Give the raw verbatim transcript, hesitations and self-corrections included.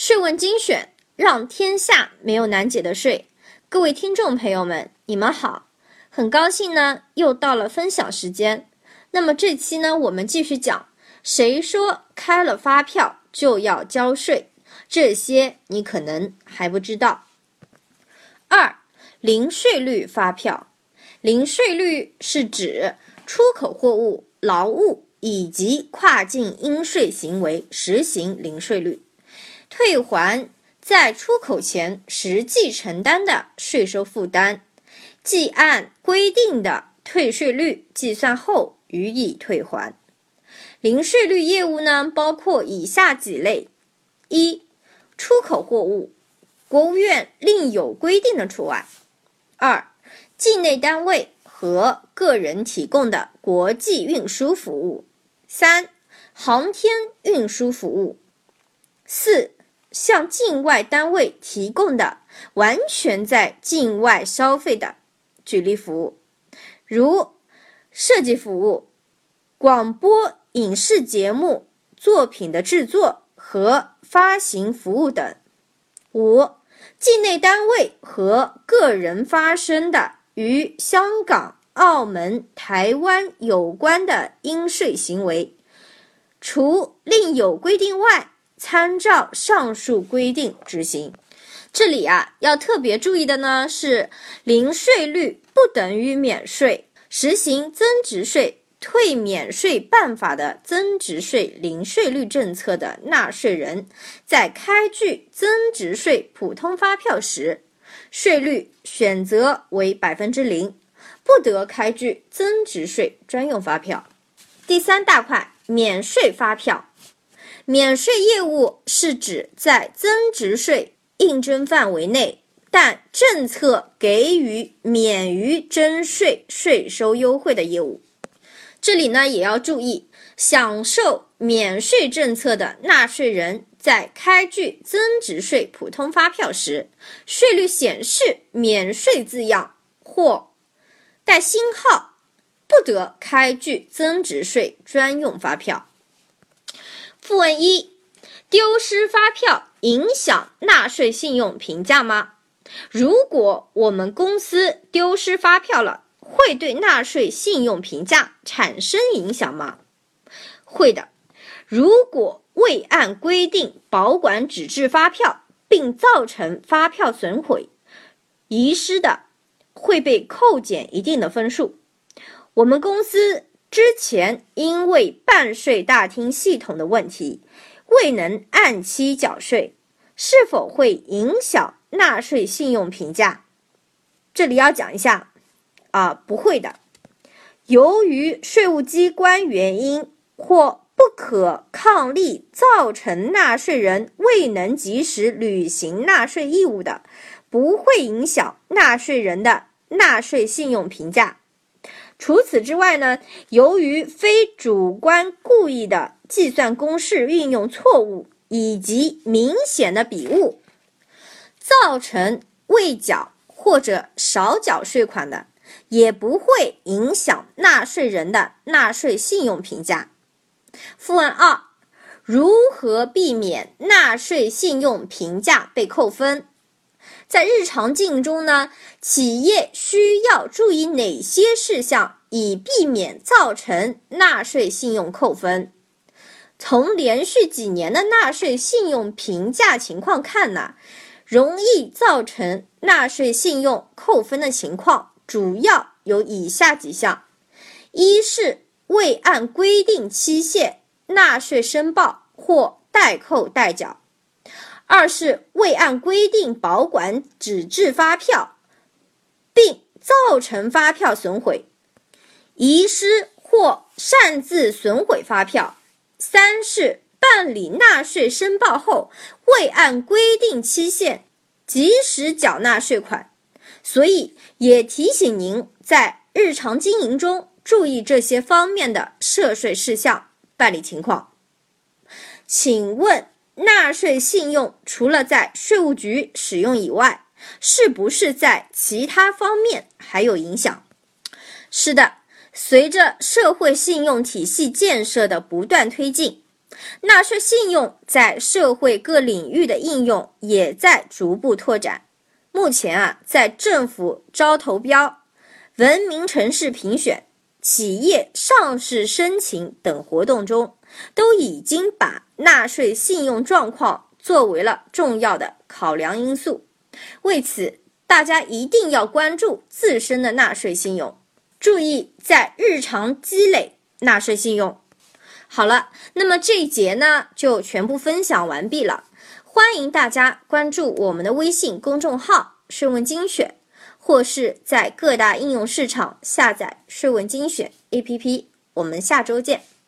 税问精选，让天下没有难解的税。各位听众朋友们，你们好，很高兴呢，又到了分享时间。那么这期呢，我们继续讲，谁说开了发票就要交税？这些你可能还不知道。二、零税率发票。零税率是指出口货物、劳务以及跨境应税行为实行零税率，退还在出口前实际承担的税收负担，即按规定的退税率计算后予以退还。零税率业务呢，包括以下几类：一、出口货物，国务院另有规定的除外；二、境内单位和个人提供的国际运输服务；三、航天运输服务；四、向境外单位提供的完全在境外消费的举例服务，如设计服务、广播影视节目作品的制作和发行服务等。五、境内单位和个人发生的与香港、澳门、台湾有关的应税行为，除另有规定外，参照上述规定执行。这里啊，要特别注意的呢是，零税率不等于免税，实行增值税、退免税办法的增值税零税率政策的纳税人，在开具增值税普通发票时，税率选择为百分之零，不得开具增值税专用发票。第三大块，免税发票。免税业务是指在增值税应征范围内，但政策给予免于征税税收优惠的业务。这里呢，也要注意，享受免税政策的纳税人在开具增值税普通发票时，税率显示免税字样或带星号，不得开具增值税专用发票。附问一，丢失发票影响纳税信用评价吗？如果我们公司丢失发票了，会对纳税信用评价产生影响吗？会的。如果未按规定保管纸质发票，并造成发票损毁、遗失的，会被扣减一定的分数。我们公司之前因为办税大厅系统的问题，未能按期缴税，是否会影响纳税信用评价？这里要讲一下啊，不会的。由于税务机关原因或不可抗力造成纳税人未能及时履行纳税义务的，不会影响纳税人的纳税信用评价。除此之外呢，由于非主观故意的计算公式运用错误以及明显的笔误，造成未缴或者少缴税款的，也不会影响纳税人的纳税信用评价。附问二，如何避免纳税信用评价被扣分？在日常经营中呢，企业需要注意哪些事项，以避免造成纳税信用扣分？从连续几年的纳税信用评价情况看呢，容易造成纳税信用扣分的情况主要有以下几项：一是未按规定期限纳税申报或代扣代缴；二是未按规定保管纸质发票，并造成发票损毁、遗失或擅自损毁发票；三是办理纳税申报后未按规定期限及时缴纳税款。所以也提醒您在日常经营中注意这些方面的涉税事项、办理情况。请问纳税信用除了在税务局使用以外，是不是在其他方面还有影响？是的，随着社会信用体系建设的不断推进， 纳税信用在社会各领域的应用也在逐步拓展。目前啊，在政府招投标、文明城市评选、企业上市申请等活动中，都已经把纳税信用状况作为了重要的考量因素。为此，大家一定要关注自身的纳税信用，注意在日常积累纳税信用。好了，那么这一节呢就全部分享完毕了。欢迎大家关注我们的微信公众号税问精选，或是在各大应用市场下载税问精选 A P P。我们下周见。